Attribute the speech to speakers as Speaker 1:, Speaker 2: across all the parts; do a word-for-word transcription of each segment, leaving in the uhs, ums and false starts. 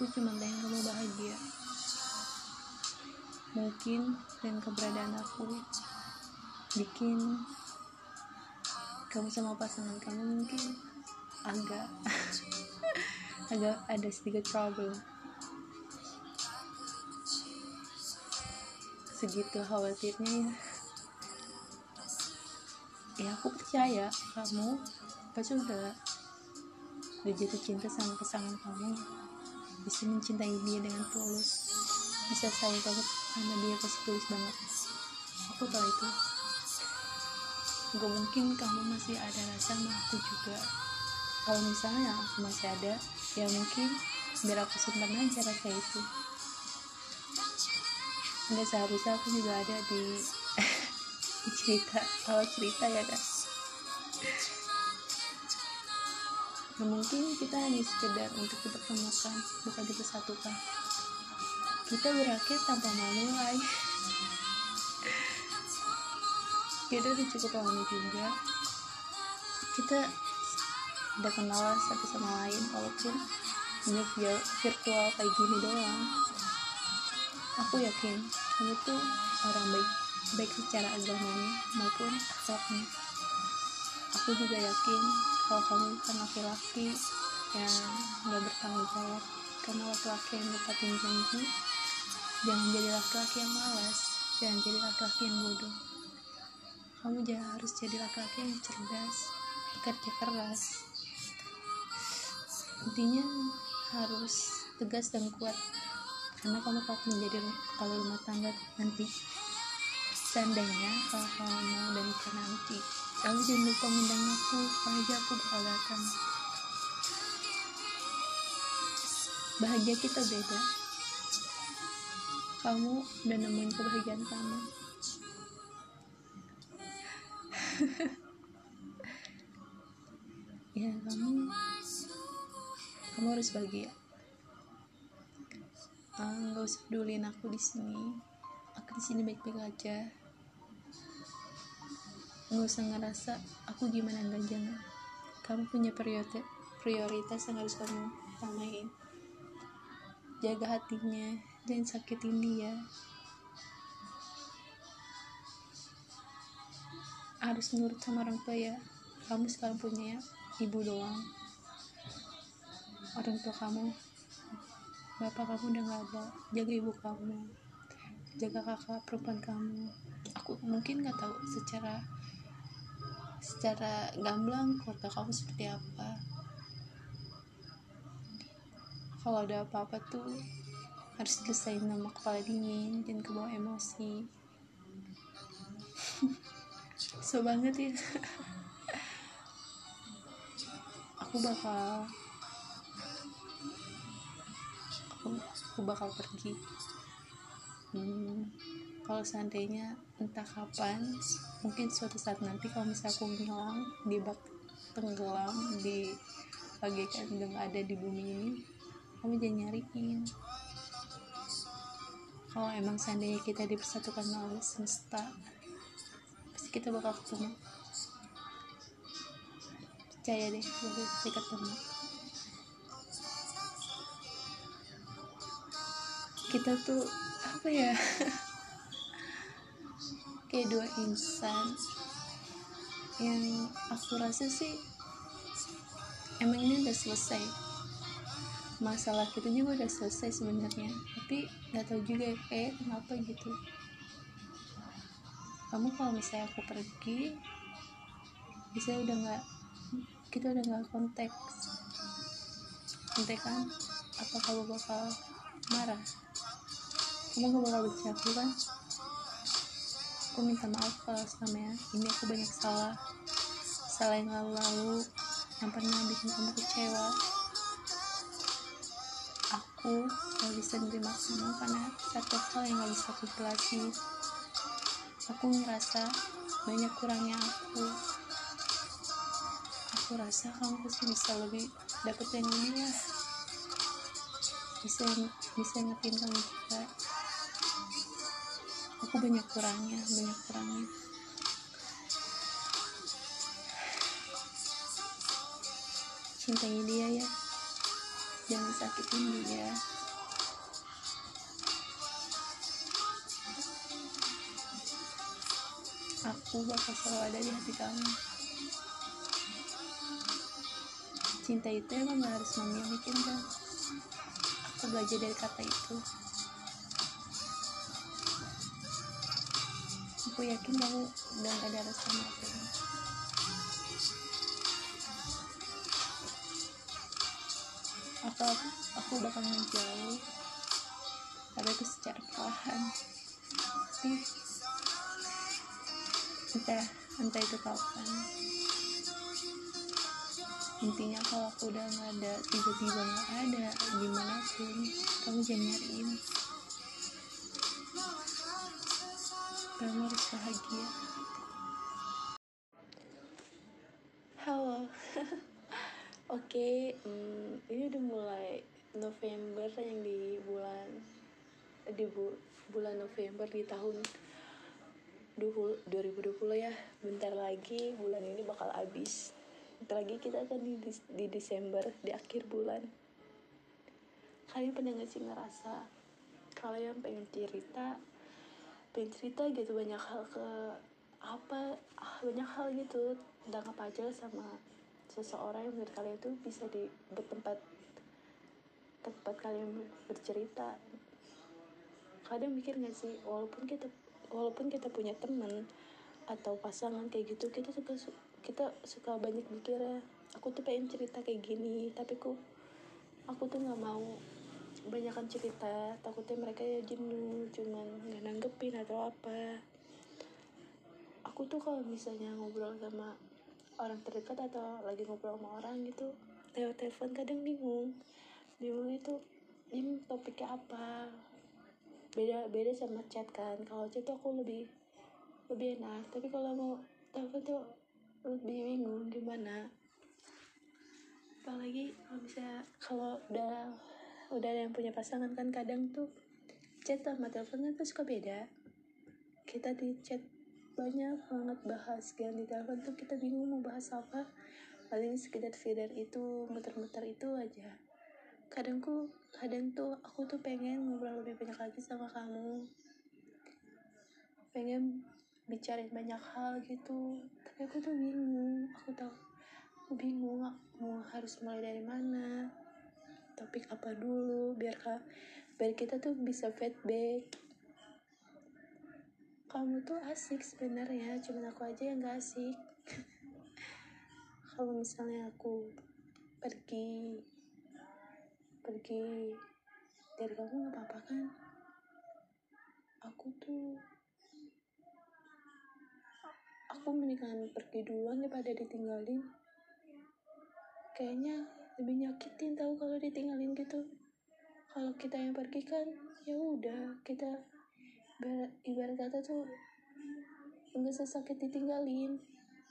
Speaker 1: cuma pengen kamu bahagia. Mungkin dan keberadaan aku bikin kamu sama pasangan kamu mungkin agak agak ada sedikit problem. Segitu khawatirnya ya. Ya aku percaya kamu pasti udah udah jatuh cinta sama pasangan kamu, bisa mencintai dia dengan tulus, bisa sayang banget sama dia, pasti tulus banget. Aku tahu itu. Gak mungkin kamu masih ada rasa sama aku juga. Kalau misalnya aku masih ada, ya mungkin biar aku simpan aja rasa itu. Nggak seharusnya aku juga ada di, di cerita awal cerita ya kan. Nah, mungkin kita hanya sekedar untuk dipertemukan, bukan dipersatukan. Kita berakhir tanpa memulai. Kita udah cukup lama juga. Kita udah kenal satu sama lain, walaupun hanya virtual kayak gini doang. Aku yakin kamu tuh orang baik, baik secara agamanya maupun akhlaknya. Aku juga yakin kalau kamu bukan laki-laki yang gak bertanggung jawab, kamu laki-laki yang nepatin janji. Jangan jadi laki-laki yang malas, jangan jadi laki-laki yang bodoh. Kamu jangan harus jadi laki-laki yang cerdas, bekerja keras. Intinya harus tegas dan kuat, karena kamu akan menjadi kepala rumah tangga nanti. Seandainya kalau kamu mau dan nikah nanti, kamu jangan lupa undang aku, aja aku bakal datang. Bahagia kita beda. Kamu udah nemuin kebahagiaan kamu. Ya kamu, kamu harus bahagia. Uh, gak usah pedulin aku di sini. Aku di sini baik-baik aja. Gak usah ngerasa aku gimana, enggak, jangan. Kamu punya prioritas prioritas yang harus kamu utamain. Jaga hatinya, jangan sakitin dia. Harus nurut sama orang tua ya. Kamu sekarang punya ibu doang. Orang tua kamu, bapak kamu udah gak ada. Jaga ibu kamu, jaga kakak perempuan kamu. Aku mungkin gak tahu secara secara gamblang keluarga kamu seperti apa. Kalau ada apa-apa tuh harus diselesain sama kepala dingin, jangan kebawa emosi. So banget ya. Aku bakal aku, aku bakal pergi. Hmm, kalau seandainya entah kapan, mungkin suatu saat nanti kalau misalnya aku ngilang di bak tenggelam di bagaikan udah gak ada di bumi ini, kamu jangan nyariin. Kalau emang seandainya kita dipersatukan oleh semesta, pasti kita bakal ketemu. Percaya deh, bakal ketemu. Kita tuh apa ya? Kayak dua insan yang aku rasa sih emang ini udah selesai. Masalah kita juga udah selesai sebenarnya, tapi nggak tahu juga kayak kenapa gitu. Kamu kalau misalnya aku pergi, bisa udah nggak, kita udah nggak kontak, kontekan, apa kamu bakal marah? Kamu gak bakal benci aku kan? Aku minta maaf kalau selama ini aku banyak salah, salah yang lalu-lalu yang pernah bikin kamu kecewa. Aku gak bisa menerima kamu karena satu hal yang gak bisa aku jelasin. Aku ngerasa banyak kurangnya aku. Aku rasa kamu pasti bisa lebih dapet yang lebih ya. Bisa bisa ngertiin kamu juga. Aku banyak kurangnya, banyak kurangnya. Cintai dia ya, jangan sakitin dia. aku bakal selalu ada di hati kamu. Cinta itu emang gak harus memiliki kan. Aku belajar dari kata itu. Aku yakin kamu udah gak ada rasa apa. Aku, aku bakal menjauh, tapi itu secara perlahan. Tapi entah, entah itu kapan. Intinya kalau aku udah gak ada, tiba-tiba gak ada dimanapun, kamu jangan nyariin. Kamu harus bahagia. Halo. Oke, okay, hmm, ini udah mulai November yang di bulan di bu, bulan November di tahun dua ribu dua puluh ya. Bentar lagi bulan ini bakal habis. Bentar lagi kita akan di, di Desember, di akhir bulan. Kalian pernah gak sih ngerasa kalian pengen cerita pengen cerita gitu banyak hal ke apa ah, banyak hal gitu tentang apa aja sama seseorang yang menurut kalian tuh bisa di bertempat tempat kalian bercerita. Kadang mikir gak sih, walaupun kita walaupun kita punya teman atau pasangan kayak gitu, kita suka kita suka banyak mikirnya, aku tuh pengen cerita kayak gini, tapi aku aku tuh nggak mau kebanyakan cerita, takutnya mereka ya jenuh, cuman nggak nanggepin atau apa. Aku tuh kalau misalnya ngobrol sama orang terdekat atau lagi ngobrol sama orang gitu lewat telepon, kadang bingung bingung itu ini topiknya apa. Beda beda sama chat kan. Kalau chat tuh aku lebih lebih enak, tapi kalau mau telepon tuh lebih bingung gimana. Apalagi kalau misalnya kalau udah udah ada yang punya pasangan kan, kadang tuh chat sama telepon kan tuh suka beda. Kita di chat banyak banget bahas, dan di telepon tuh kita bingung mau bahas apa, paling sekedar-sekedar itu, muter-muter itu aja. Kadang ku kadang tuh aku tuh pengen ngobrol lebih banyak lagi sama kamu, pengen bicarain banyak hal gitu, tapi aku tuh bingung. Aku tahu aku bingung mau harus mulai dari mana, topik apa dulu biar kak biar kita tuh bisa feedback. Kamu tuh asik sebenarnya, cuman aku aja yang gak asik. Kalau misalnya aku pergi pergi dari kamu gak apa-apa kan? Aku tuh aku mendingan pergi duluan daripada ditinggalin. Kayaknya lebih nyakitin tahu kalau ditinggalin gitu. Kalau kita yang pergi kan ya udah, kita ber, ibarat kata tuh nggak sesakit ditinggalin.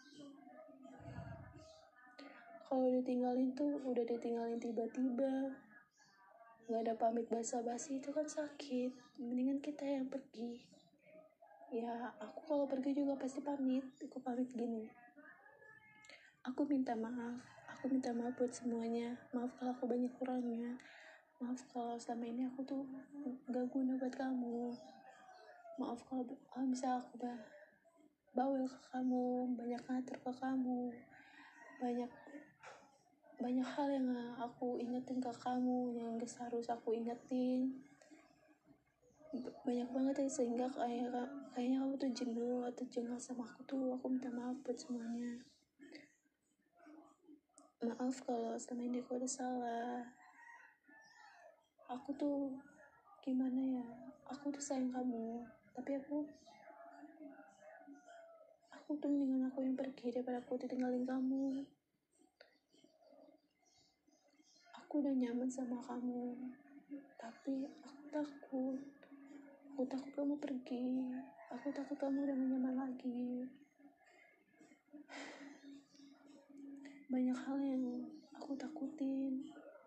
Speaker 1: Kalau ditinggalin tuh udah ditinggalin tiba-tiba, nggak ada pamit basa-basi, itu kan sakit. Mendingan kita yang pergi. Ya aku kalau pergi juga pasti pamit. Aku pamit gini, aku minta maaf aku minta maaf buat semuanya. Maaf kalau aku banyak kurangnya. Maaf kalau selama ini aku tuh gak guna buat kamu. Maaf kalau, kalau bisa aku bah bawel ke kamu, banyak ngatur ke kamu, banyak banyak hal yang aku ingetin ke kamu yang gak seharus aku ingetin. Banyak banget ya, sehingga kayak kayaknya kamu tuh jenuh atau jengkel sama aku tuh. Aku minta maaf buat semuanya. Maaf kalau selama ini aku ada salah. Aku tuh gimana ya, aku tuh sayang kamu, tapi aku aku tuh mendingan aku yang pergi daripada aku ditinggalin kamu. Aku udah nyaman sama kamu, tapi aku takut aku takut kamu pergi. Aku takut kamu udah gak nyaman lagi. Banyak hal yang aku takutin.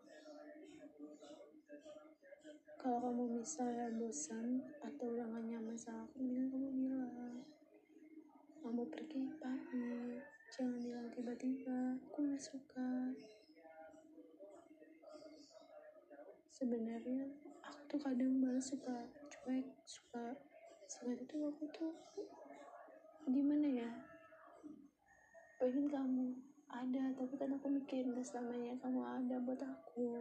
Speaker 1: Kalau kamu misalnya bosan atau udah gak nyaman sama aku, mendingan kamu bilang kamu pergi, pamit. Jangan bilang tiba-tiba. Aku gak suka. Sebenarnya aku tuh kadang malah suka cuek, suka suka itu aku tuh gimana ya, pengen kamu ada, tapi kan aku mikir gak selamanya kamu ada buat aku.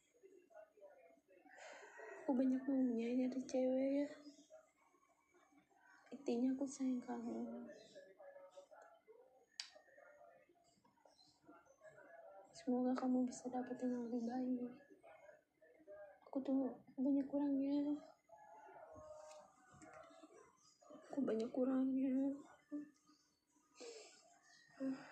Speaker 1: Aku banyak maunya nyari cewek ya, intinya aku sayang kamu. Semoga kamu bisa dapetin yang lebih baik. Aku tuh banyak kurangnya, aku banyak kurangnya.